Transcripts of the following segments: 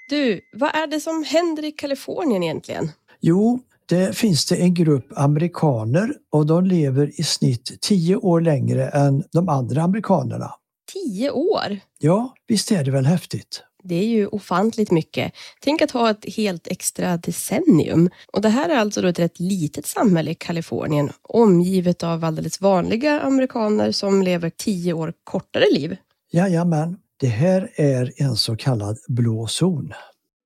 Du, vad är det som händer i Kalifornien egentligen? Jo, det finns det en grupp amerikaner och de lever i snitt 10 år längre än de andra amerikanerna. 10 år? Ja, visst är det väl häftigt? Det är ju ofantligt mycket. Tänk att ha ett helt extra decennium. Och det här är alltså då ett rätt litet samhälle i Kalifornien, omgivet av alldeles vanliga amerikaner som lever 10 år kortare liv. Jajamän, det här är en så kallad blå zon.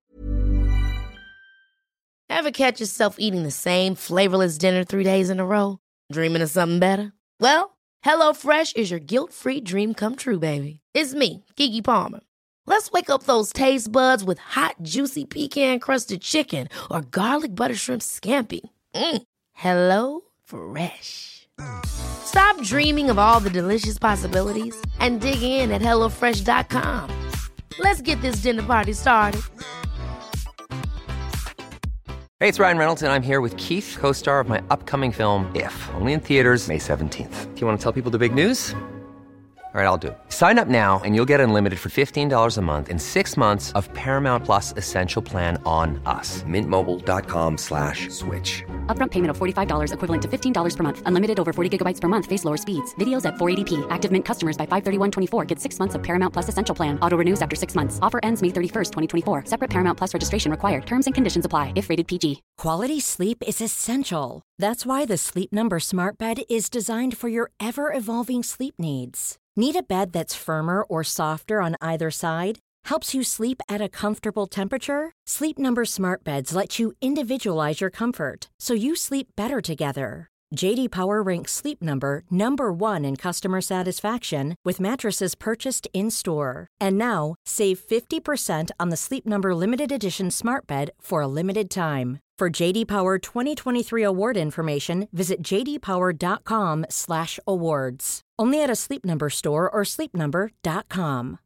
Ever catch yourself eating the same flavorless dinner 3 days in a row? Dreaming of something better? Well, HelloFresh is your guilt-free dream come true, baby. It's me, Keke Palmer. Let's wake up those taste buds with hot, juicy pecan-crusted chicken or garlic butter shrimp scampi. Hello Fresh. Stop dreaming of all the delicious possibilities and dig in at HelloFresh.com. Let's get this dinner party started. Hey, it's Ryan Reynolds, and I'm here with Keith, co-star of my upcoming film, If, only in theaters May 17th. Do you want to tell people the big news? All right, I'll do it. Sign up now and you'll get unlimited for $15 a month and 6 months of Paramount Plus Essential Plan on us. Mintmobile.com/switch. Upfront payment of $45 equivalent to $15 per month. Unlimited over 40 gigabytes per month. Face lower speeds. Videos at 480p. Active Mint customers by 531.24 get 6 months of Paramount Plus Essential Plan. Auto renews after 6 months. Offer ends May 31st, 2024. Separate Paramount Plus registration required. Terms and conditions apply if rated PG. Quality sleep is essential. That's why the Sleep Number Smart Bed is designed for your ever-evolving sleep needs. Need a bed that's firmer or softer on either side? Helps you sleep at a comfortable temperature? Sleep Number Smart Beds let you individualize your comfort, so you sleep better together. JD Power ranks Sleep Number #1 in customer satisfaction with mattresses purchased in-store. And now, save 50% on the Sleep Number Limited Edition Smart Bed for a limited time. For JD Power 2023 award information, visit jdpower.com/awards. Only at a Sleep Number store or sleepnumber.com.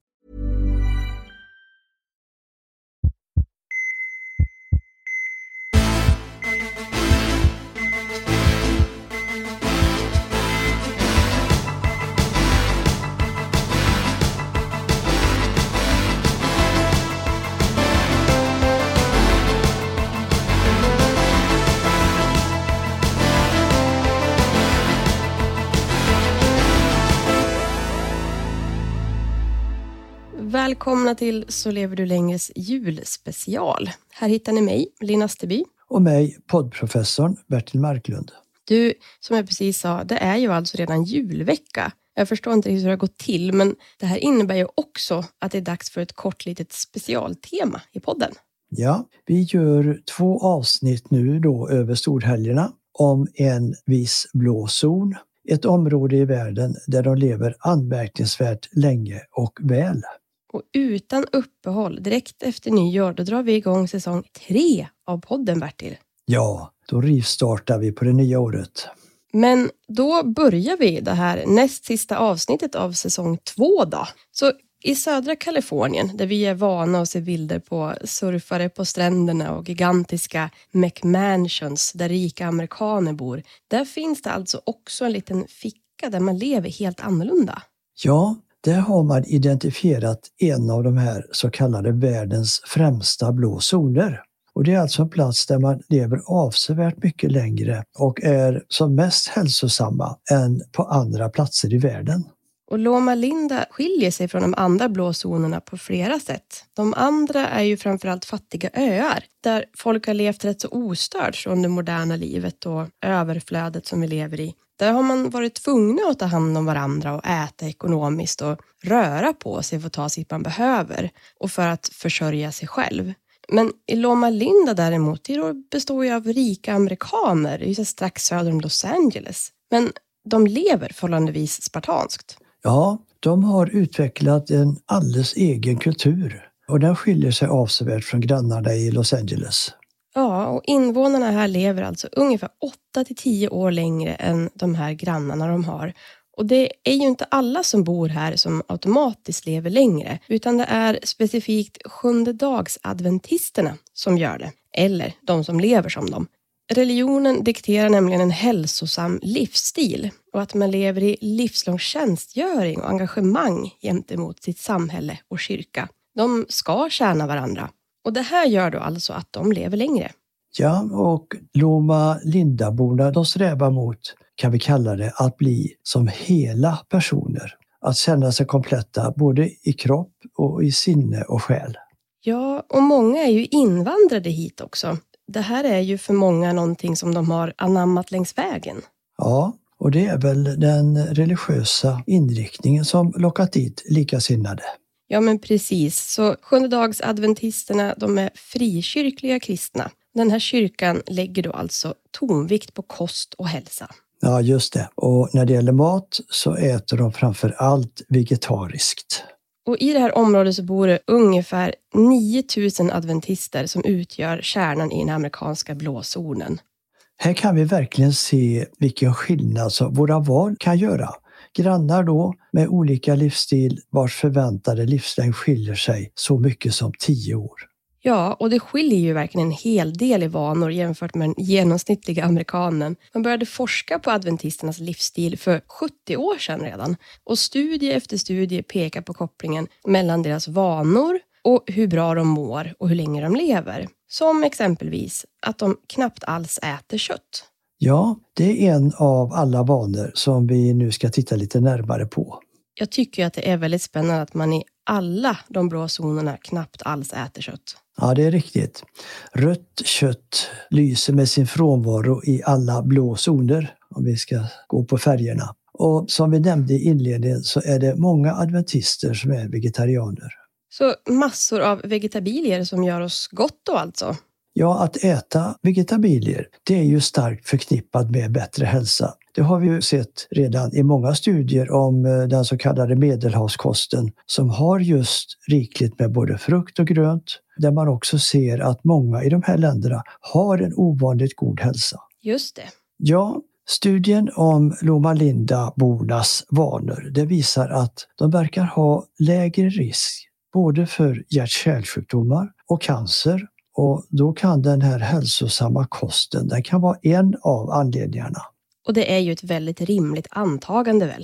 Välkomna till Så lever du längres julspecial. Här hittar ni mig, Linn Asterby. Och mig, poddprofessorn Bertil Marklund. Du, som jag precis sa, det är ju alltså redan julvecka. Jag förstår inte hur det har gått till, men det här innebär ju också att det är dags för ett kort litet specialtema i podden. Ja, vi gör 2 avsnitt nu då över storhelgerna om en viss blå zon. Ett område i världen där de lever anmärkningsvärt länge och väl. Och utan uppehåll, direkt efter nyår, då drar vi igång säsong 3 av podden, Bertil. Ja, då rivstartar vi på det nya året. Men då börjar vi det här näst sista avsnittet av säsong 2 då. Så i södra Kalifornien, där vi är vana att se bilder på surfare på stränderna och gigantiska McMansions där rika amerikaner bor, där finns det alltså också en liten ficka där man lever helt annorlunda. Ja, där har man identifierat en av de här så kallade världens främsta blå zoner. Och det är alltså en plats där man lever avsevärt mycket längre och är som mest hälsosamma än på andra platser i världen. Och Loma Linda skiljer sig från de andra blå zonerna på flera sätt. De andra är ju framförallt fattiga öar där folk har levt rätt så ostört från det moderna livet och överflödet som vi lever i. Där har man varit tvungna att ta hand om varandra och äta ekonomiskt och röra på sig för att ta sitt man behöver och för att försörja sig själv. Men i Loma Linda däremot, det består ju av rika amerikaner, det är ju strax söder om Los Angeles. Men de lever förhållandevis spartanskt. Ja, de har utvecklat en alldeles egen kultur och den skiljer sig avsevärt från grannarna i Los Angeles. Ja, och invånarna här lever alltså ungefär 8-10 år längre än de här grannarna de har. Och det är ju inte alla som bor här som automatiskt lever längre, utan det är specifikt 7-dagsadventisterna som gör det, eller de som lever som dem. Religionen dikterar nämligen en hälsosam livsstil och att man lever i livslång tjänstgöring och engagemang gentemot sitt samhälle och kyrka. De ska tjäna varandra. Och det här gör då alltså att de lever längre. Ja, och Loma Linda-borna, de strävar mot, kan vi kalla det, att bli som hela personer. Att känna sig kompletta både i kropp och i sinne och själ. Ja, och många är ju invandrade hit också. Det här är ju för många någonting som de har anammat längs vägen. Ja, och det är väl den religiösa inriktningen som lockat dit likasinnade. Ja, men precis. Så sjundedagsadventisterna, de är frikyrkliga kristna. Den här kyrkan lägger då alltså tonvikt på kost och hälsa. Ja, just det. Och när det gäller mat så äter de framför allt vegetariskt. Och i det här området så bor det ungefär 9000 adventister som utgör kärnan i den amerikanska blåzonen. Här kan vi verkligen se vilken skillnad som våra val kan göra. Grannar då med olika livsstil vars förväntade livslängd skiljer sig så mycket som 10 år. Ja, och det skiljer ju verkligen en hel del i vanor jämfört med den genomsnittliga amerikanen. Man började forska på adventisternas livsstil för 70 år sedan redan. Och studie efter studie pekar på kopplingen mellan deras vanor och hur bra de mår och hur länge de lever. Som exempelvis att de knappt alls äter kött. Ja, det är en av alla vanor som vi nu ska titta lite närmare på. Jag tycker att det är väldigt spännande att man i alla de blå zonerna knappt alls äter kött. Ja, det är riktigt. Rött kött lyser med sin frånvaro i alla blå zoner, om vi ska gå på färgerna. Och som vi nämnde i inledningen så är det många adventister som är vegetarianer. Så massor av vegetabilier som gör oss gott då alltså? Ja, att äta vegetabilier, det är ju starkt förknippat med bättre hälsa. Det har vi ju sett redan i många studier om den så kallade medelhavskosten som har just rikligt med både frukt och grönt, där man också ser att många i de här länderna har en ovanligt god hälsa. Just det. Ja, studien om Loma Linda-bornas vanor, det visar att de verkar ha lägre risk både för hjärt-kärlsjukdomar och cancer. Och då kan den här hälsosamma kosten, den kan vara en av anledningarna. Och det är ju ett väldigt rimligt antagande väl?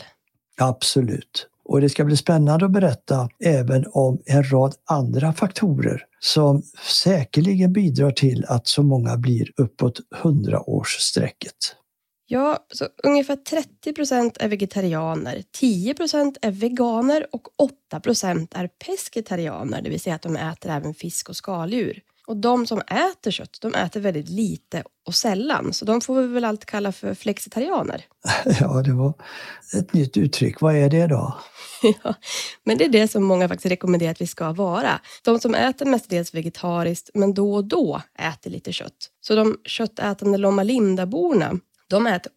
Absolut. Och det ska bli spännande att berätta även om en rad andra faktorer som säkerligen bidrar till att så många blir uppåt 100-årssträcket. Ja, så ungefär 30% är vegetarianer, 10% är veganer och 8% är pesketarianer, det vill säga att de äter även fisk och skaldjur. Och de som äter kött, de äter väldigt lite och sällan. Så de får vi väl alltid kalla för flexitarianer. Ja, det var ett nytt uttryck. Vad är det då? Ja, men det är det som många faktiskt rekommenderar att vi ska vara. De som äter mestadels vegetariskt, men då och då äter lite kött. Så de köttätande Loma Linda-borna, de äter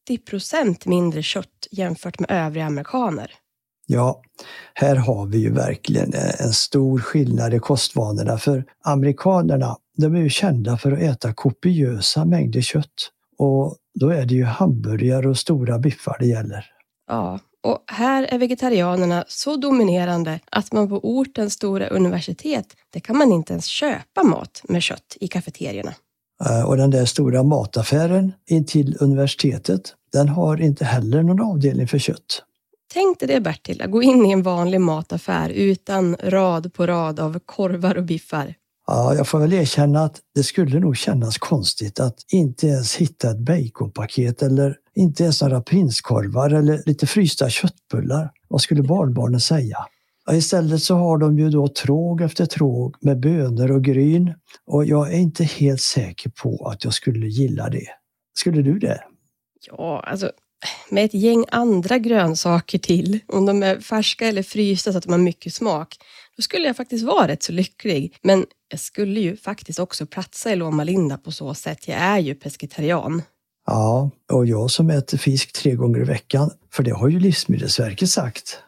80% mindre kött jämfört med övriga amerikaner. Ja, här har vi ju verkligen en stor skillnad i kostvanorna, för amerikanerna, de är ju kända för att äta kopiösa mängder kött, och då är det ju hamburgare och stora biffar det gäller. Ja, och här är vegetarianerna så dominerande att man på ortens stora universitet, det kan man inte ens köpa mat med kött i kafeterierna. Och den där stora mataffären intill universitetet, den har inte heller någon avdelning för kött. Tänk dig det, Bertil, att gå in i en vanlig mataffär utan rad på rad av korvar och biffar. Ja, jag får väl erkänna att det skulle nog kännas konstigt att inte ens hitta ett baconpaket eller inte ens några prinskorvar eller lite frysta köttbullar. Vad skulle barnbarnen säga? Ja, istället så har de ju då tråg efter tråg med bönor och gryn, och jag är inte helt säker på att jag skulle gilla det. Skulle du det? Ja, alltså med ett gäng andra grönsaker till, om de är färska eller frysta så att de har mycket smak, då skulle jag faktiskt vara rätt så lycklig. Men jag skulle ju faktiskt också platsa i Loma Linda på så sätt. Jag är ju pesketarian. Ja, och jag som äter fisk 3 gånger i veckan, för det har ju Livsmedelsverket sagt.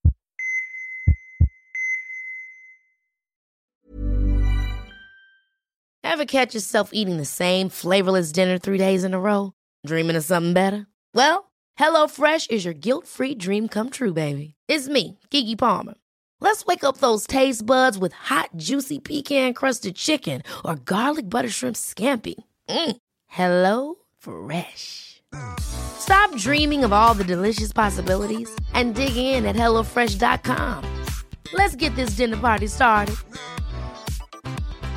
Ever catch yourself eating the same flavorless dinner 3 days in a row? Dreaming of something better? Well, HelloFresh is your guilt-free dream come true, baby. It's me, Keke Palmer. Let's wake up those taste buds with hot, juicy pecan-crusted chicken or garlic butter shrimp scampi. Hello Fresh. Stop dreaming of all the delicious possibilities and dig in at HelloFresh.com. Let's get this dinner party started.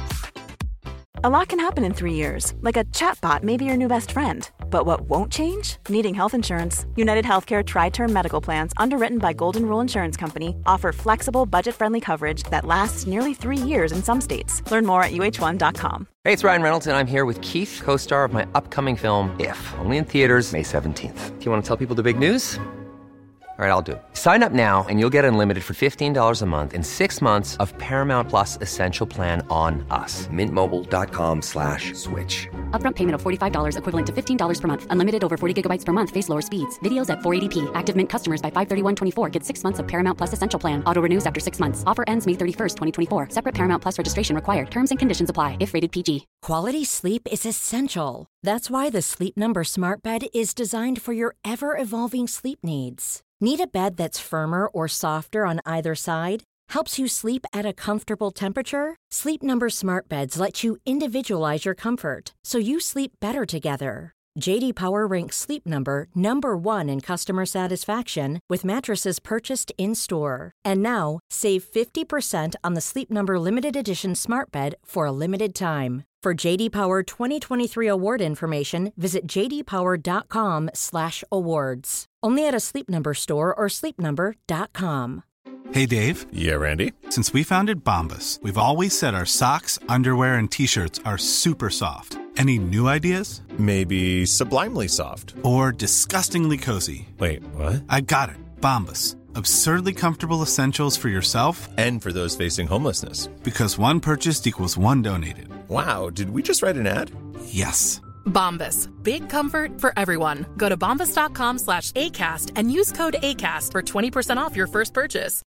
A lot can happen in 3 years, like a chatbot may be your new best friend. But what won't change? Needing health insurance. United Healthcare Tri-Term Medical Plans, underwritten by Golden Rule Insurance Company, offer flexible, budget-friendly coverage that lasts nearly 3 years in some states. Learn more at uh1.com. Hey, it's Ryan Reynolds, and I'm here with Keith, co-star of my upcoming film, If, only in theaters May 17th. Do you want to tell people the big news? All right, I'll do it. Sign up now and you'll get unlimited for $15 a month and 6 months of Paramount Plus Essential Plan on us. Mintmobile.com/switch. Upfront payment of $45 equivalent to $15 per month. Unlimited over 40 gigabytes per month. Face lower speeds. Videos at 480p. Active Mint customers by 531.24 get 6 months of Paramount Plus Essential Plan. Auto renews after 6 months. Offer ends May 31st, 2024. Separate Paramount Plus registration required. Terms and conditions apply if rated PG. Quality sleep is essential. That's why the Sleep Number Smart Bed is designed for your ever-evolving sleep needs. Need a bed that's firmer or softer on either side? Helps you sleep at a comfortable temperature? Sleep Number Smart Beds let you individualize your comfort, so you sleep better together. J.D. Power ranks Sleep Number #1 in customer satisfaction with mattresses purchased in-store. And now, save 50% on the Sleep Number Limited Edition Smart Bed for a limited time. For J.D. Power 2023 award information, visit jdpower.com/awards. Only at a Sleep Number store or sleepnumber.com. Hey, Dave. Yeah, Randy? Since we founded Bombas, we've always said our socks, underwear, and T-shirts are super soft. Any new ideas? Maybe sublimely soft. Or disgustingly cozy. Wait, what? I got it. Bombas. Absurdly comfortable essentials for yourself and for those facing homelessness. Because one purchased equals one donated. Wow, did we just write an ad? Yes. Bombas. Big comfort for everyone. Go to bombas.com/ACAST and use code ACAST for 20% off your first purchase.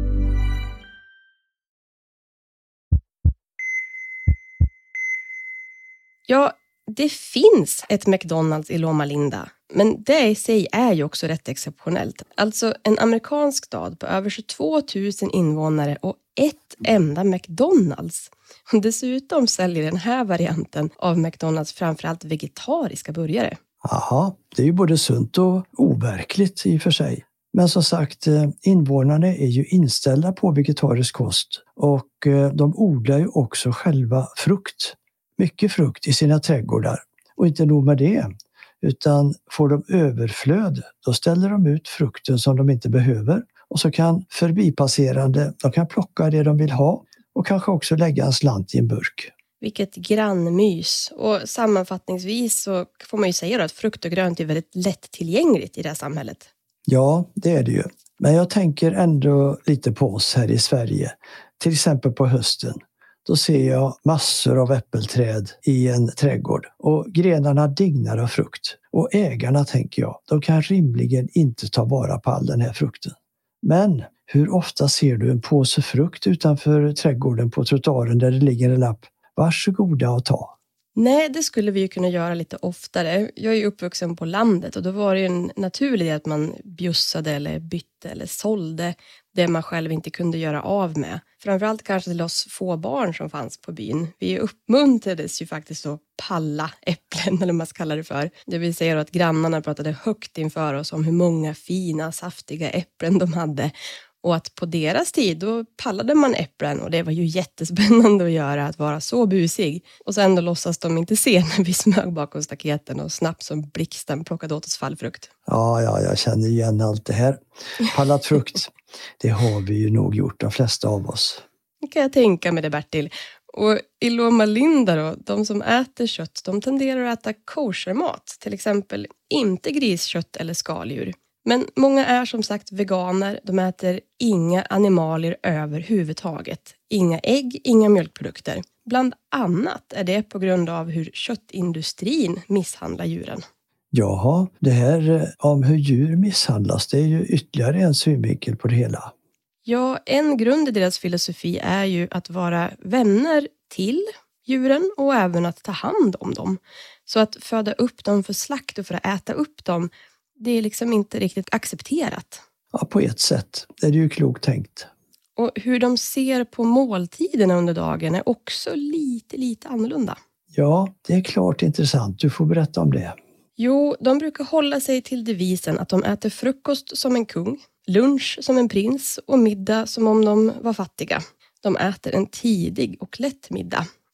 Ja, det finns ett McDonald's i Loma Linda. Men det i sig är ju också rätt exceptionellt. Alltså en amerikansk stad på över 22 000 invånare och ett enda McDonald's. Och dessutom säljer den här varianten av McDonald's framförallt vegetariska burgare. Jaha, det är ju både sunt och overkligt i och för sig. Men som sagt, invånarna är ju inställda på vegetarisk kost och de odlar ju också själva frukt. Mycket frukt i sina trädgårdar. Och inte nog med det, utan får de överflöd, då ställer de ut frukten som de inte behöver. Och så kan förbipasserande, de kan plocka det de vill ha och kanske också lägga en slant i en burk. Vilket grannmys. Och sammanfattningsvis så får man ju säga att frukt och grönt är väldigt lättillgängligt i det här samhället. Ja, det är det ju. Men jag tänker ändå lite på oss här i Sverige. Till exempel på hösten. Då ser jag massor av äppelträd i en trädgård och grenarna dignar av frukt. Och ägarna, tänker jag, de kan rimligen inte ta vara på all den här frukten. Men hur ofta ser du en påse frukt utanför trädgården på trottoaren där det ligger en lapp? Varsågoda och ta. Nej, det skulle vi ju kunna göra lite oftare. Jag är ju uppvuxen på landet och då var det ju en naturlig idé att man bjussade eller bytte eller sålde det man själv inte kunde göra av med. Framförallt kanske till oss få barn som fanns på byn. Vi uppmuntrades ju faktiskt att palla äpplen, eller vad man ska kalla det för. Det vill säga att grannarna pratade högt inför oss om hur många fina, saftiga äpplen de hade. Och att på deras tid, då pallade man äpplen och det var ju jättespännande att göra, att vara så busig. Och sen då låtsas de inte se när vi smög bakom staketen och snabbt som blixten plockade åt oss fallfrukt. Ja, jag känner igen allt det här. Pallat frukt, det har vi ju nog gjort, de flesta av oss. Det kan jag tänka mig det, Bertil. Och i Loma Linda då, de som äter kött, de tenderar att äta koshermat. Till exempel inte griskött eller skaldjur. Men många är som sagt veganer. De äter inga animalier överhuvudtaget. Inga ägg, inga mjölkprodukter. Bland annat är det på grund av hur köttindustrin misshandlar djuren. Jaha, det här om hur djur misshandlas, det är ju ytterligare en synvinkel på det hela. Ja, en grund i deras filosofi är ju att vara vänner till djuren och även att ta hand om dem. Så att föda upp dem för slakt och för att äta upp dem, det är liksom inte riktigt accepterat. Ja, på ett sätt. Det är ju klokt tänkt. Och hur de ser på måltiderna under dagen är också lite annorlunda. Ja, det är klart intressant. Du får berätta om det. Jo, de brukar hålla sig till devisen att de äter frukost som en kung, lunch som en prins och middag som om de var fattiga. De äter en tidig och lätt middag.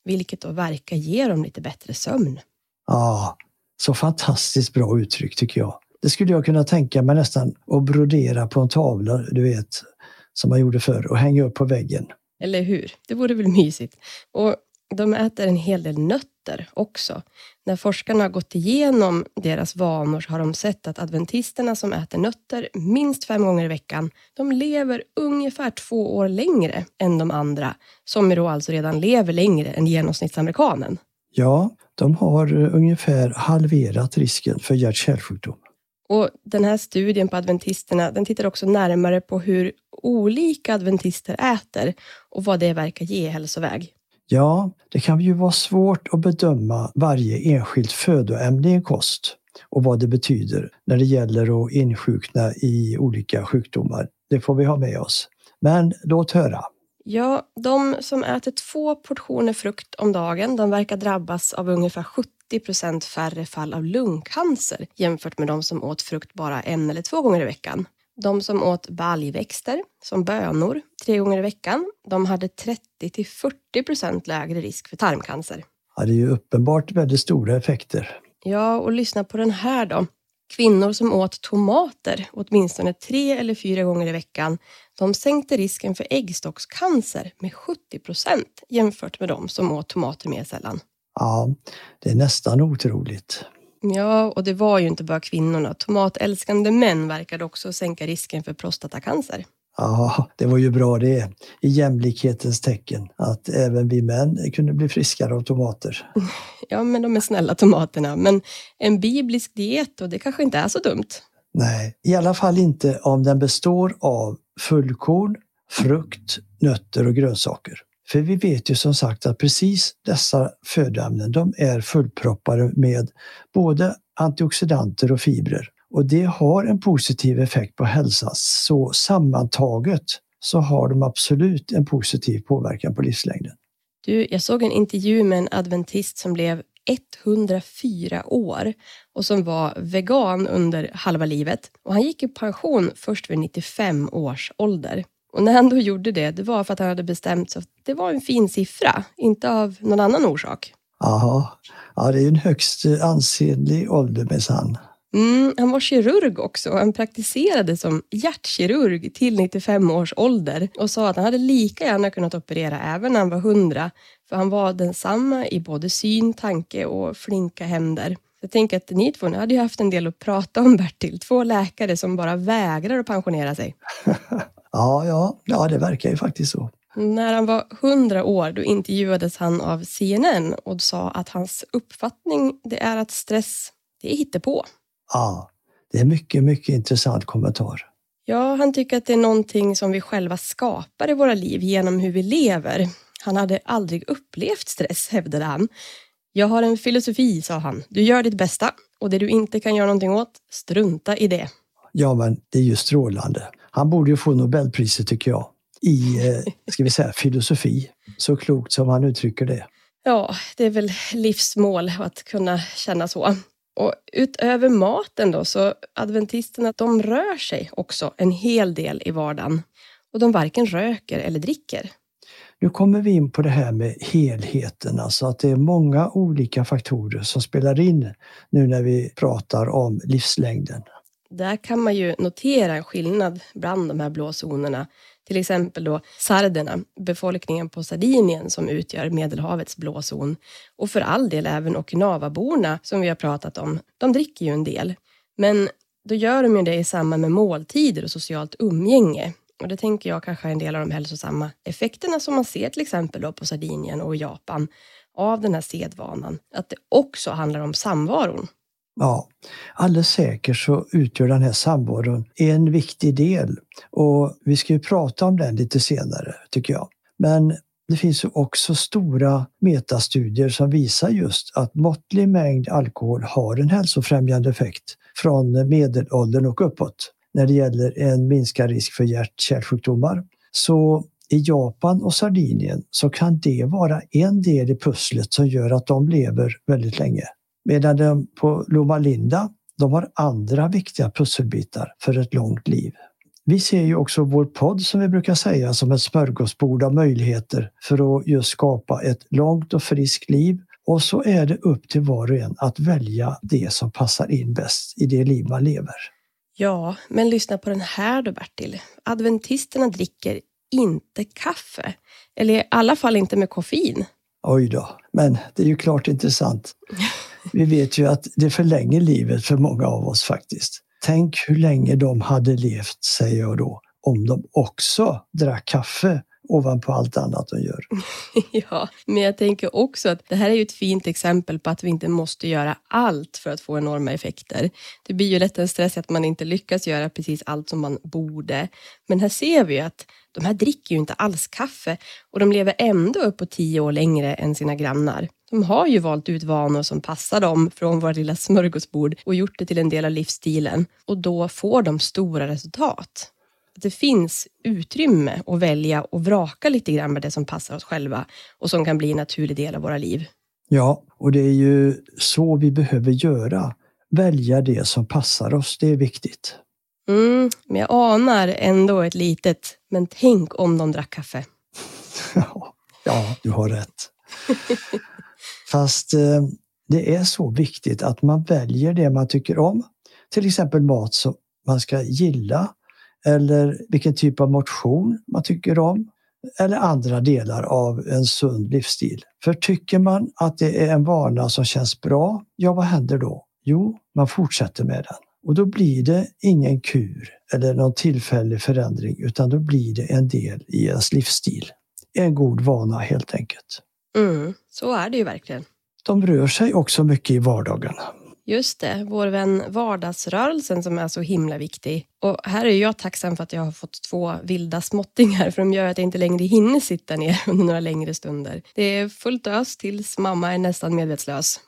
vilket då verkar ge dem lite bättre sömn. Ja, så fantastiskt bra uttryck tycker jag. Det skulle jag kunna tänka mig nästan att brodera på en tavla, du vet, som man gjorde förr, och hänga upp på väggen. Eller hur? Det vore väl mysigt. Och de äter en hel del nötter också. När forskarna har gått igenom deras vanor så har de sett att adventisterna som äter nötter minst 5 gånger i veckan, de lever ungefär 2 år längre än de andra, som då alltså redan lever längre än genomsnittsamerikanen. Ja, de har ungefär halverat risken för hjärt-kärlsjukdom. Och den här studien på adventisterna, den tittar också närmare på hur olika adventister äter och vad det verkar ge i hälsoväg. Ja, det kan ju vara svårt att bedöma varje enskilt födoämne i en kost och vad det betyder när det gäller att insjukna i olika sjukdomar. Det får vi ha med oss. Men låt höra. Ja, de som äter 2 portioner frukt om dagen, de verkar drabbas av ungefär 70% färre fall av lungcancer jämfört med de som åt frukt bara 1 eller 2 gånger i veckan. De som åt baljväxter, som bönor, 3 gånger i veckan, de hade 30-40% lägre risk för tarmcancer. Ja, det är ju uppenbart väldigt stora effekter. Ja, och lyssna på den här då. Kvinnor som åt tomater åtminstone 3 eller 4 gånger i veckan, de sänkte risken för äggstockscancer med 70% jämfört med de som åt tomater mer sällan. Ja, det är nästan otroligt. Ja, och det var ju inte bara kvinnorna. Tomatälskande män verkade också sänka risken för prostatacancer. Ja, det var ju bra det i jämlikhetens tecken att även vi män kunde bli friskare av tomater. Ja, men de är snälla tomaterna. Men en biblisk diet, och det kanske inte är så dumt. Nej, i alla fall inte om den består av fullkorn, frukt, nötter och grönsaker. För vi vet ju som sagt att precis dessa födoämnen, de är fullproppade med både antioxidanter och fibrer. Och det har en positiv effekt på hälsan. Så sammantaget så har de absolut en positiv påverkan på livslängden. Du, jag såg en intervju med en adventist som blev 104 år och som var vegan under halva livet. Och han gick i pension först vid 95 års ålder. Och när han då gjorde det, det var för att han hade bestämt sig att det var en fin siffra, inte av någon annan orsak. Aha. Ja, det är en högst ansenlig ålder med han. Han var kirurg också. Han praktiserade som hjärtkirurg till 95 års ålder och sa att han hade lika gärna kunnat operera även när han var 100. För han var densamma i både syn, tanke och flinka händer. Jag tänker att ni två hade ju haft en del att prata om, Bertil. 2 läkare som bara vägrar att pensionera sig. Ja, det verkar ju faktiskt så. När han var 100 år då intervjuades han av CNN och sa att hans uppfattning det är att stress, det är hittepå. Ja, det är mycket, mycket intressant kommentar. Ja, han tycker att det är någonting som vi själva skapar i våra liv genom hur vi lever. Han hade aldrig upplevt stress, hävdade han. Jag har en filosofi, sa han. Du gör ditt bästa och det du inte kan göra någonting åt, strunta i det. Ja, men det är ju strålande. Han borde ju få Nobelpriset tycker jag. I, ska vi säga, filosofi. Så klokt som han uttrycker det. Ja, det är väl livsmål att kunna känna så. Och utöver maten då så adventisterna, de rör sig också en hel del i vardagen. Och de varken röker eller dricker. Nu kommer vi in på det här med helheten, alltså att det är många olika faktorer som spelar in nu när vi pratar om livslängden. Där kan man ju notera en skillnad bland de här blåzonerna. Till exempel då sarderna, befolkningen på Sardinien som utgör Medelhavets blåzon. Och för all del även Okinawaborna som vi har pratat om, de dricker ju en del. Men då gör de ju det i samband med måltider och socialt umgänge. Och det tänker jag kanske är en del av de hälsosamma effekterna som man ser till exempel då på Sardinien och Japan av den här sedvanan. Att det också handlar om samvaron. Ja, alldeles säkert så utgör den här samvaron en viktig del och vi ska ju prata om den lite senare tycker jag. Men det finns ju också stora metastudier som visar just att måttlig mängd alkohol har en hälsofrämjande effekt från medelåldern och uppåt när det gäller en minskad risk för hjärt-kärlsjukdomar. Så i Japan och Sardinien så kan det vara en del i pusslet som gör att de lever väldigt länge. Medan de på Loma Linda, de har andra viktiga pusselbitar för ett långt liv. Vi ser ju också vår podd som vi brukar säga som ett smörgåsbord av möjligheter för att just skapa ett långt och friskt liv. Och så är det upp till var och en att välja det som passar in bäst i det liv man lever. Ja, men lyssna på den här då, Bertil. Adventisterna dricker inte kaffe. Eller i alla fall inte med koffein. Oj då, men det är ju klart intressant. Vi vet ju att det förlänger livet för många av oss faktiskt. Tänk hur länge de hade levt, säger jag då, om de också drack kaffe ovanpå allt annat de gör. Ja, men jag tänker också att det här är ju ett fint exempel på att vi inte måste göra allt för att få enorma effekter. Det blir ju lätt en stress att man inte lyckas göra precis allt som man borde. Men här ser vi ju att de här dricker ju inte alls kaffe och de lever ändå upp på 10 år längre än sina grannar. De har ju valt ut vanor som passar dem från vårt lilla smörgåsbord och gjort det till en del av livsstilen. Och då får de stora resultat. Att det finns utrymme att välja och vraka lite grann med det som passar oss själva och som kan bli en naturlig del av våra liv. Ja, och det är ju så vi behöver göra. Välja det som passar oss, det är viktigt. Men jag anar ändå ett litet, men tänk om de drack kaffe. Ja, du har rätt. Fast det är så viktigt att man väljer det man tycker om. Till exempel mat som man ska gilla. Eller vilken typ av motion man tycker om. Eller andra delar av en sund livsstil. För tycker man att det är en vana som känns bra, ja vad händer då? Jo, man fortsätter med den. Och då blir det ingen kur eller någon tillfällig förändring utan då blir det en del i ens livsstil. En god vana helt enkelt. Så är det ju verkligen. De rör sig också mycket i vardagen. Just det, vår vän vardagsrörelsen som är så himla viktig. Och här är jag tacksam för att jag har fått 2 vilda småttingar för de gör att jag inte längre hinner sitta ner under några längre stunder. Det är fullt ös tills mamma är nästan medvetslös.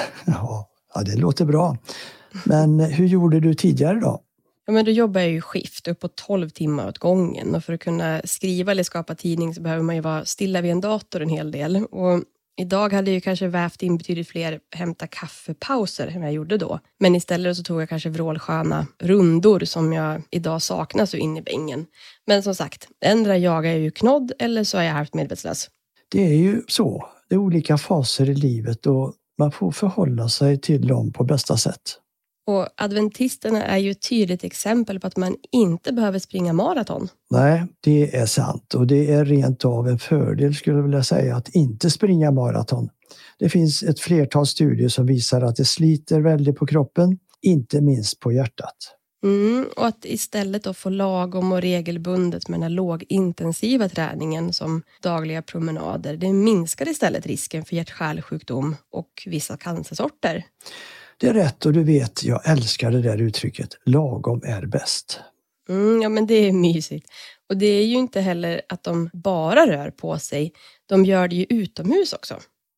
Ja, det låter bra. Men hur gjorde du tidigare då? Ja, men då jobbar jag ju skift upp på 12 timmar åt gången. Och för att kunna skriva eller skapa tidning så behöver man ju vara stilla vid en dator en hel del. Och idag hade jag ju kanske vävt in betydligt fler hämta kaffepauser än jag gjorde då. Men istället så tog jag kanske vrålsköna rundor som jag idag saknar så in i bängen. Men som sagt, ändra jagar jag ju knodd eller så är jag halvt medvetslös. Det är ju så. Det är olika faser i livet och man får förhålla sig till dem på bästa sätt. Och adventisterna är ju ett tydligt exempel på att man inte behöver springa maraton. Nej, det är sant. Och det är rent av en fördel skulle jag vilja säga att inte springa maraton. Det finns ett flertal studier som visar att det sliter väldigt på kroppen, inte minst på hjärtat. Och att istället då få lagom och regelbundet med den här lågintensiva träningen som dagliga promenader, det minskar istället risken för hjärt-kärlsjukdom och vissa cancersorter. Det är rätt och du vet, jag älskar det där uttrycket. Lagom är bäst. Ja, men det är mysigt. Och det är ju inte heller att de bara rör på sig. De gör det ju utomhus också.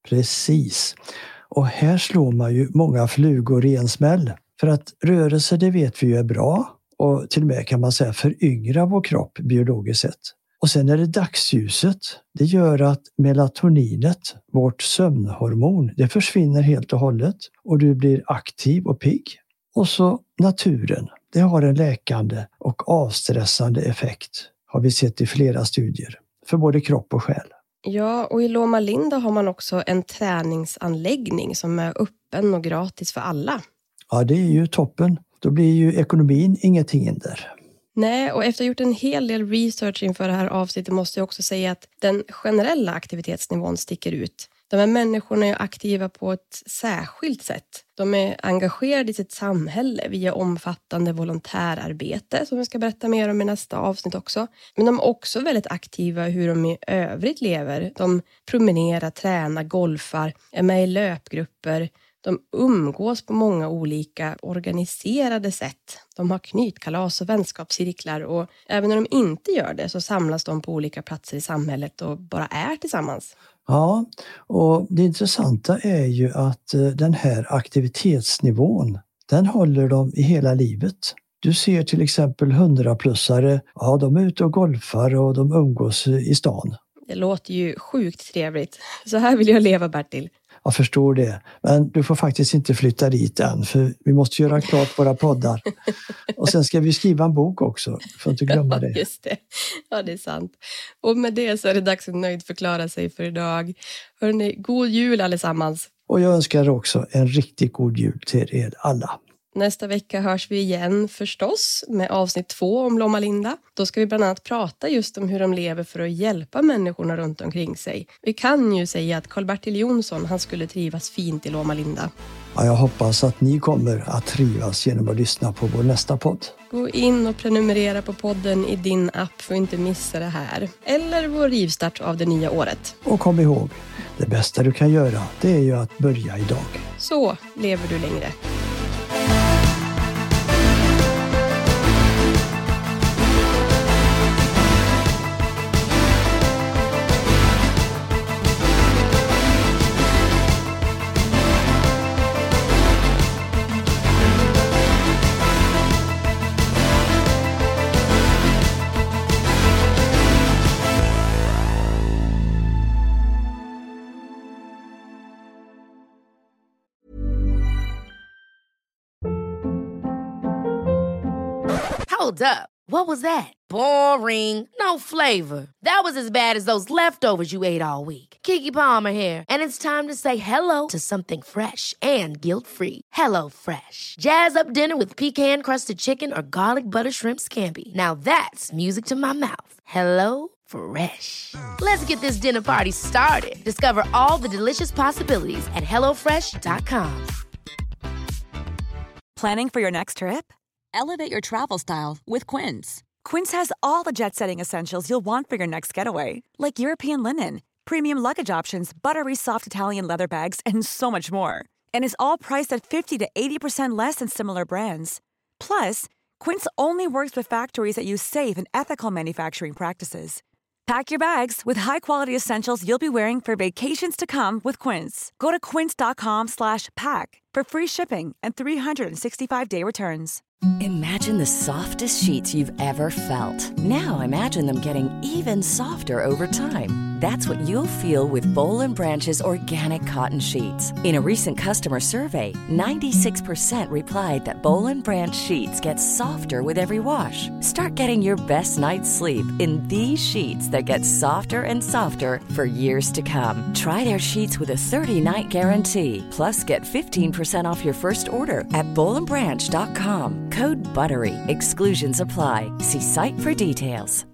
Precis. Och här slår man ju många flugor i en smäll. För att rörelse, det vet vi ju är bra. Och till och med kan man säga föryngra vår kropp biologiskt sett. Och sen är det dagsljuset. Det gör att melatoninet, vårt sömnhormon, det försvinner helt och hållet. Och du blir aktiv och pigg. Och så naturen. Det har en läkande och avstressande effekt. Har vi sett i flera studier. För både kropp och själ. Ja, och i Loma Linda har man också en träningsanläggning som är öppen och gratis för alla. Ja, det är ju toppen. Då blir ju ekonomin ingenting hinder. Nej, och efter att ha gjort en hel del research inför det här avsnittet måste jag också säga att den generella aktivitetsnivån sticker ut. De här människorna är aktiva på ett särskilt sätt. De är engagerade i sitt samhälle via omfattande volontärarbete som vi ska berätta mer om i nästa avsnitt också. Men de är också väldigt aktiva i hur de i övrigt lever. De promenerar, tränar, golfar, är med i löpgrupper. De umgås på många olika organiserade sätt. De har knytkalas och vänskapscirklar och även när de inte gör det så samlas de på olika platser i samhället och bara är tillsammans. Ja, och det intressanta är ju att den här aktivitetsnivån, den håller de i hela livet. Du ser till exempel 100-plussare, ja de är ute och golfar och de umgås i stan. Det låter ju sjukt trevligt. Så här vill jag leva, Bertil. Jag förstår det. Men du får faktiskt inte flytta dit än, för vi måste göra klart våra poddar. Och sen ska vi skriva en bok också, för att inte glömma det. Just det. Ja, det är sant. Och med det så är det dags att nöjd förklara sig för idag. Hörrni, god jul allesammans. Och jag önskar också en riktigt god jul till er alla. Nästa vecka hörs vi igen förstås med avsnitt 2 om Loma Linda. Då ska vi bland annat prata just om hur de lever för att hjälpa människorna runt omkring sig. Vi kan ju säga att Karl-Bertil Jonsson, han skulle trivas fint i Loma Linda. Ja, jag hoppas att ni kommer att trivas genom att lyssna på vår nästa podd. Gå in och prenumerera på podden i din app för att inte missa det här. Eller vår rivstart av det nya året. Och kom ihåg, det bästa du kan göra, det är ju att börja idag. Så lever du längre. Hold up. What was that? Boring. No flavor. That was as bad as those leftovers you ate all week. Keke Palmer here, and it's time to say hello to something fresh and guilt-free. Hello Fresh. Jazz up dinner with pecan-crusted chicken or garlic butter shrimp scampi. Now that's music to my mouth. Hello Fresh. Let's get this dinner party started. Discover all the delicious possibilities at hellofresh.com. Planning for your next trip? Elevate your travel style with Quince. Quince has all the jet-setting essentials you'll want for your next getaway, like European linen, premium luggage options, buttery soft Italian leather bags, and so much more. And is all priced at 50 to 80% less than similar brands. Plus, Quince only works with factories that use safe and ethical manufacturing practices. Pack your bags with high-quality essentials you'll be wearing for vacations to come with Quince. Go to quince.com/pack for free shipping and 365-day returns. Imagine the softest sheets you've ever felt. Now imagine them getting even softer over time. That's what you'll feel with Boll & Branch's organic cotton sheets. In a recent customer survey, 96% replied that Boll & Branch sheets get softer with every wash. Start getting your best night's sleep in these sheets that get softer and softer for years to come. Try their sheets with a 30-night guarantee. Plus, get 15% off your first order at bollandbranch.com. Code BUTTERY. Exclusions apply. See site for details.